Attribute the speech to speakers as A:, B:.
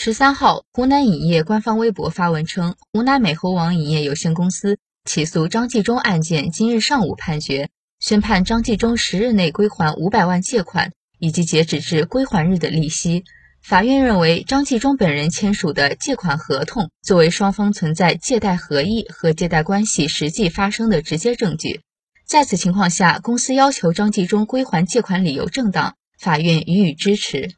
A: 13号，湖南影业官方微博发文称，湖南美猴王影业有限公司起诉张纪中案件今日上午判决，宣判张纪中10日内归还500万借款以及截止至归还日的利息。法院认为，张纪中本人签署的借款合同作为双方存在借贷合意和借贷关系实际发生的直接证据。在此情况下，公司要求张纪中归还借款理由正当，法院予以支持。